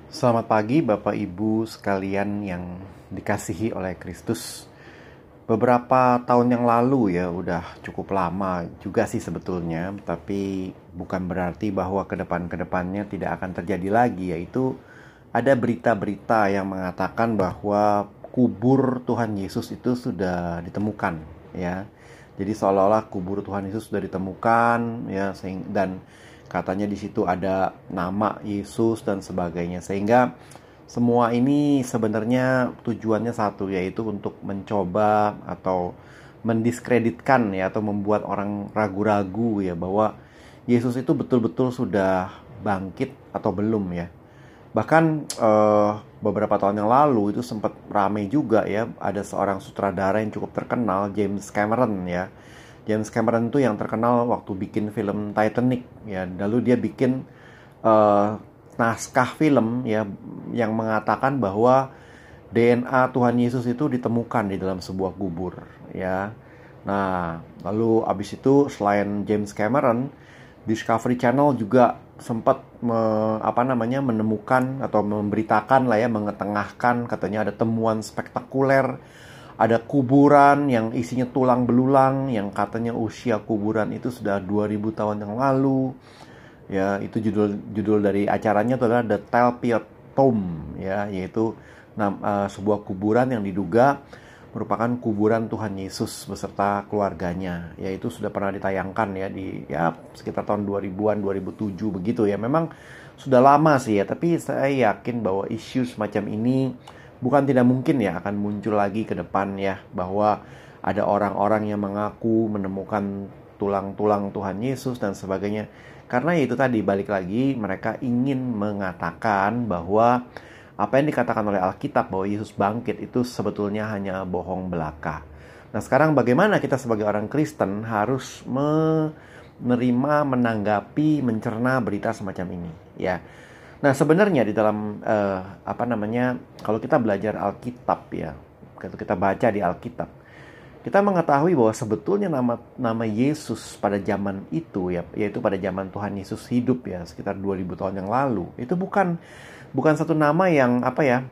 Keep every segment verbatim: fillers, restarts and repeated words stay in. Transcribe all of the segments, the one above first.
Selamat pagi Bapak Ibu sekalian yang dikasihi oleh Kristus. Beberapa tahun yang lalu ya, udah cukup lama juga sih sebetulnya, tapi bukan berarti bahwa ke depan-ke depannya tidak akan terjadi lagi, yaitu ada berita-berita yang mengatakan bahwa kubur Tuhan Yesus itu sudah ditemukan ya. Jadi seolah-olah kubur Tuhan Yesus sudah ditemukan ya, dan katanya di situ ada nama Yesus dan sebagainya. Sehingga semua ini sebenarnya tujuannya satu, yaitu untuk mencoba atau mendiskreditkan ya, atau membuat orang ragu-ragu ya bahwa Yesus itu betul-betul sudah bangkit atau belum ya. Bahkan eh, beberapa tahun yang lalu itu sempat ramai juga ya, ada seorang sutradara yang cukup terkenal, James Cameron ya. James Cameron itu yang terkenal waktu bikin film Titanic ya, lalu dia bikin eh, naskah film ya yang mengatakan bahwa D N A Tuhan Yesus itu ditemukan di dalam sebuah kubur ya. Nah, lalu abis itu selain James Cameron, Discovery Channel juga sempat me, apa namanya menemukan atau memberitakan lah ya, mengetengahkan katanya ada temuan spektakuler, ada kuburan yang isinya tulang belulang yang katanya usia kuburan itu sudah dua ribu tahun yang lalu. Ya, itu judul judul dari acaranya itu adalah The Talpiot Tomb ya, yaitu nam, uh, sebuah kuburan yang diduga merupakan kuburan Tuhan Yesus beserta keluarganya. Ya, itu sudah pernah ditayangkan ya di ya sekitar tahun dua ribuan, dua ribu tujuh begitu ya. Memang sudah lama sih ya, tapi saya yakin bahwa isu semacam ini bukan tidak mungkin ya akan muncul lagi ke depan ya, bahwa ada orang-orang yang mengaku menemukan tulang-tulang Tuhan Yesus dan sebagainya. Karena itu tadi, balik lagi, mereka ingin mengatakan bahwa apa yang dikatakan oleh Alkitab bahwa Yesus bangkit itu sebetulnya hanya bohong belaka. Nah, sekarang bagaimana kita sebagai orang Kristen harus menerima, menanggapi, mencerna berita semacam ini ya. Nah, sebenarnya di dalam eh, apa namanya, kalau kita belajar Alkitab ya, kalau kita baca di Alkitab, kita mengetahui bahwa sebetulnya nama nama Yesus pada zaman itu ya, yaitu pada zaman Tuhan Yesus hidup ya, sekitar dua ribu tahun yang lalu, itu bukan bukan satu nama yang apa ya,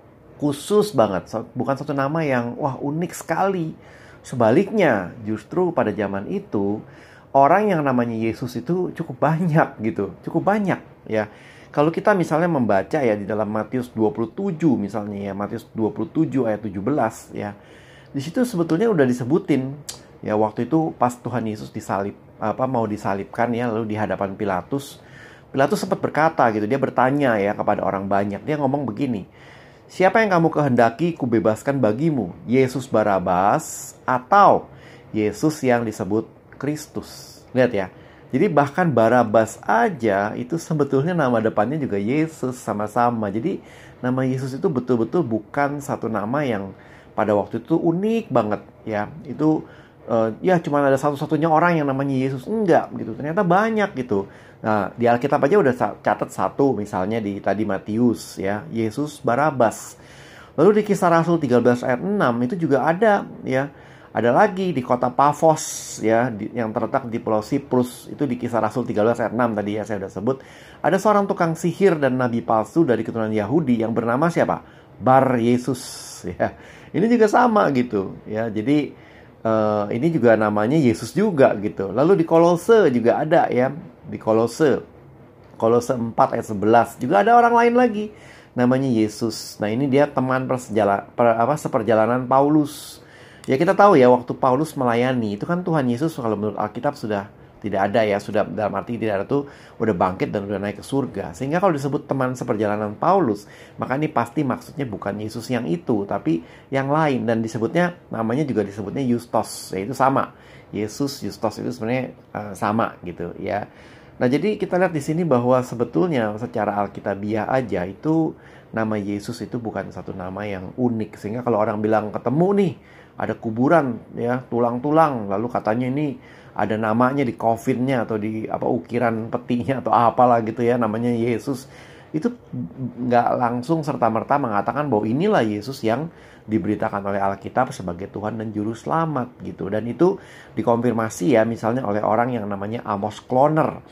khusus banget, bukan satu nama yang wah unik sekali. Sebaliknya, justru pada zaman itu orang yang namanya Yesus itu cukup banyak gitu, cukup banyak ya. Kalau kita misalnya membaca ya di dalam Matius dua puluh tujuh misalnya ya, Matius dua puluh tujuh ayat tujuh belas ya. Di situ sebetulnya udah disebutin ya, waktu itu pas Tuhan Yesus disalib, apa mau disalibkan ya, lalu di hadapan Pilatus, Pilatus sempat berkata gitu, dia bertanya ya kepada orang banyak, dia ngomong begini, siapa yang kamu kehendaki kubebaskan bagimu, Yesus Barabas atau Yesus yang disebut Kristus? Lihat ya, jadi bahkan Barabas aja itu sebetulnya nama depannya juga Yesus sama-sama. Jadi nama Yesus itu betul-betul bukan satu nama yang pada waktu itu unik banget ya. Itu uh, ya cuma ada satu-satunya orang yang namanya Yesus, enggak gitu. Ternyata banyak gitu. Nah, di Alkitab aja udah catat satu, misalnya di tadi Matius ya, Yesus Barabas. Lalu di Kisah Rasul tiga belas ayat enam itu juga ada ya. Ada lagi di kota Pafos ya, di, yang terletak di Pulau Siprus, itu di Kisah Rasul tiga belas ayat enam tadi ya saya sudah sebut. Ada seorang tukang sihir dan nabi palsu dari keturunan Yahudi yang bernama siapa? Bar Yesus ya. Ini juga sama gitu ya. Jadi uh, ini juga namanya Yesus juga gitu. Lalu di Kolose juga ada ya, di Kolose Kolose empat ayat sebelas juga ada orang lain lagi namanya Yesus. Nah, ini dia teman persejala, per, apa, seperjalanan Paulus. Ya, kita tahu ya waktu Paulus melayani itu kan Tuhan Yesus kalau menurut Alkitab sudah tidak ada ya, sudah dalam arti tidak ada tuh, udah bangkit dan udah naik ke surga. Sehingga kalau disebut teman seperjalanan Paulus, maka ini pasti maksudnya bukan Yesus yang itu, tapi yang lain. Dan disebutnya, namanya juga disebutnya Justos, yaitu sama. Yesus, Justos itu sebenarnya uh, sama gitu ya. Nah, jadi kita lihat di sini bahwa sebetulnya secara Alkitabiah aja itu nama Yesus itu bukan satu nama yang unik. Sehingga kalau orang bilang ketemu nih, ada kuburan ya, tulang-tulang, lalu katanya ini ada namanya di coffin-nya atau di apa ukiran petinya atau apalah gitu ya, namanya Yesus, itu nggak langsung serta-merta mengatakan bahwa inilah Yesus yang diberitakan oleh Alkitab sebagai Tuhan dan Juru Selamat gitu. Dan itu dikonfirmasi ya misalnya oleh orang yang namanya Amos Kloner.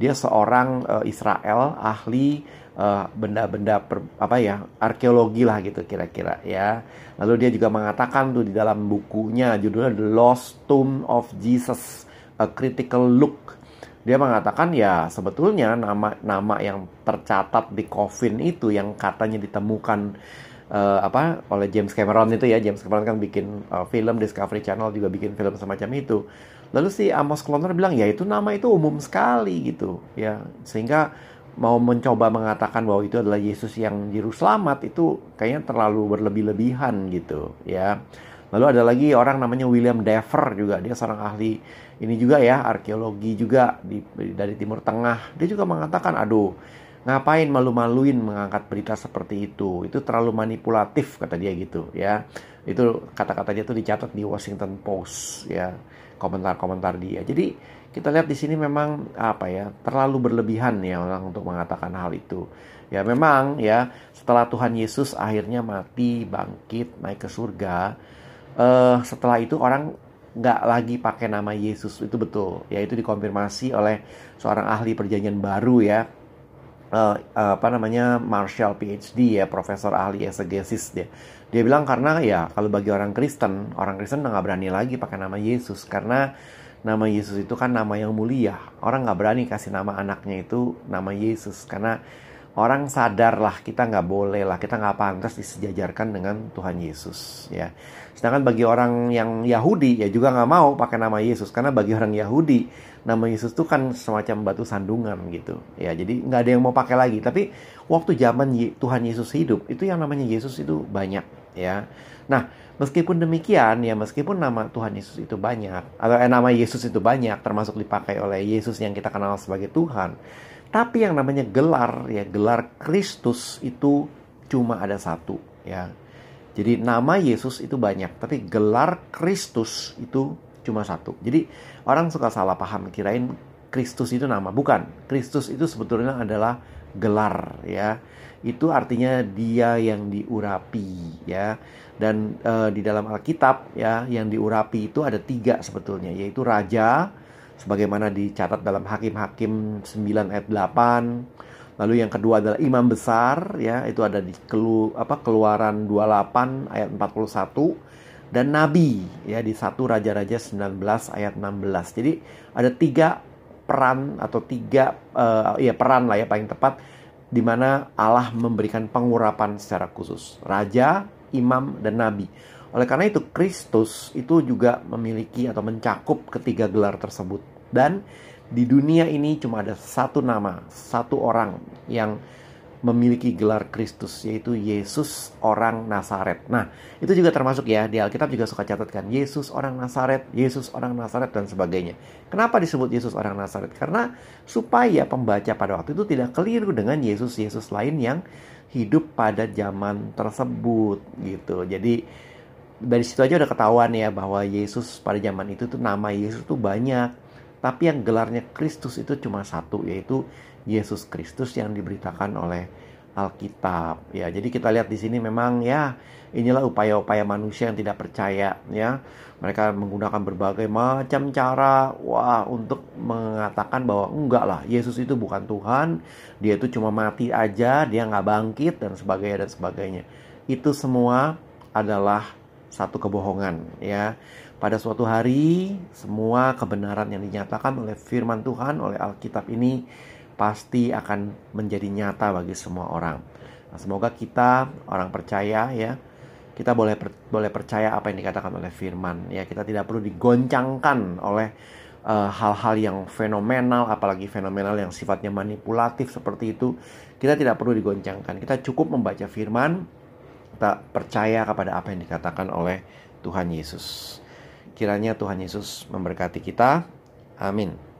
Dia seorang uh, Israel, ahli uh, benda-benda per, apa ya, arkeologi lah gitu kira-kira ya. Lalu dia juga mengatakan tuh di dalam bukunya, judulnya The Lost Tomb of Jesus, A Critical Look. Dia mengatakan ya sebetulnya nama-nama yang tercatat di coffin itu yang katanya ditemukan Uh, apa oleh James Cameron itu ya. James Cameron kan bikin uh, film, Discovery Channel juga bikin film semacam itu. Lalu si Amos Kloner bilang ya itu nama itu umum sekali gitu ya, sehingga mau mencoba mengatakan bahwa itu adalah Yesus yang juru selamat itu kayaknya terlalu berlebih-lebihan gitu ya. Lalu ada lagi orang namanya William Dever juga, dia seorang ahli ini juga ya, arkeologi juga di, dari Timur Tengah. Dia juga mengatakan aduh, ngapain malu-maluin mengangkat berita seperti itu? Itu terlalu manipulatif, kata dia gitu ya. Itu kata-kata dia tuh dicatat di Washington Post ya, komentar-komentar dia. Jadi kita lihat di sini memang apa ya, terlalu berlebihan ya orang untuk mengatakan hal itu. Ya memang ya, setelah Tuhan Yesus akhirnya mati, bangkit, naik ke surga, eh, setelah itu orang nggak lagi pakai nama Yesus, itu betul. Ya itu dikonfirmasi oleh seorang ahli perjanjian baru ya. Uh, uh, apa namanya Marshall P H D ya, profesor ahli exegesis dia. Dia bilang karena ya kalau bagi orang Kristen, orang Kristen nggak berani lagi pakai nama Yesus karena nama Yesus itu kan nama yang mulia. Orang nggak berani kasih nama anaknya itu nama Yesus karena orang sadar lah kita nggak boleh lah, kita nggak pantas disejajarkan dengan Tuhan Yesus ya. Sedangkan bagi orang yang Yahudi ya juga nggak mau pakai nama Yesus karena bagi orang Yahudi nama Yesus itu kan semacam batu sandungan gitu ya, jadi nggak ada yang mau pakai lagi. Tapi waktu zaman Tuhan Yesus hidup itu yang namanya Yesus itu banyak ya. Nah meskipun demikian ya, meskipun nama Tuhan Yesus itu banyak atau eh, nama Yesus itu banyak termasuk dipakai oleh Yesus yang kita kenal sebagai Tuhan, tapi yang namanya gelar ya, gelar Kristus itu cuma ada satu ya. Jadi nama Yesus itu banyak, tapi gelar Kristus itu cuma satu. Jadi orang suka salah paham, kirain Kristus itu nama. Bukan, Kristus itu sebetulnya adalah gelar ya. Itu artinya dia yang diurapi ya. Dan e, di dalam Alkitab ya, yang diurapi itu ada tiga sebetulnya, yaitu Raja, sebagaimana dicatat dalam Hakim-Hakim sembilan ayat delapan. Lalu yang kedua adalah Imam Besar ya, itu ada di kelu, apa, Keluaran dua puluh delapan ayat empat puluh satu. Dan Nabi ya di satu Raja-Raja sembilan belas ayat enam belas. Jadi ada tiga peran atau tiga uh, ya peran lah ya paling tepat, di mana Allah memberikan pengurapan secara khusus, Raja, Imam, dan Nabi. Oleh karena itu Kristus itu juga memiliki atau mencakup ketiga gelar tersebut. Dan di dunia ini cuma ada satu nama, satu orang yang memiliki gelar Kristus, yaitu Yesus orang Nazaret. Nah, itu juga termasuk ya, di Alkitab juga suka catatkan Yesus orang Nazaret, Yesus orang Nazaret dan sebagainya. Kenapa disebut Yesus orang Nazaret? Karena supaya pembaca pada waktu itu tidak keliru dengan Yesus-Yesus lain yang hidup pada zaman tersebut gitu. Jadi dari situ aja udah ketahuan ya bahwa Yesus pada zaman itu tuh nama Yesus tuh banyak, tapi yang gelarnya Kristus itu cuma satu, yaitu Yesus Kristus yang diberitakan oleh Alkitab ya. Jadi kita lihat di sini memang ya, inilah upaya-upaya manusia yang tidak percaya ya. Mereka menggunakan berbagai macam cara wah untuk mengatakan bahwa enggak lah, Yesus itu bukan Tuhan, dia itu cuma mati aja, dia nggak bangkit dan sebagainya dan sebagainya. Itu semua adalah satu kebohongan ya. Pada suatu hari semua kebenaran yang dinyatakan oleh firman Tuhan, oleh Alkitab ini pasti akan menjadi nyata bagi semua orang. Nah, semoga kita orang percaya ya, kita boleh per, boleh percaya apa yang dikatakan oleh firman ya. Kita tidak perlu digoncangkan oleh uh, hal-hal yang fenomenal, apalagi fenomenal yang sifatnya manipulatif seperti itu. Kita tidak perlu digoncangkan. Kita cukup membaca firman, kita percaya kepada apa yang dikatakan oleh Tuhan Yesus. Kiranya Tuhan Yesus memberkati kita. Amin.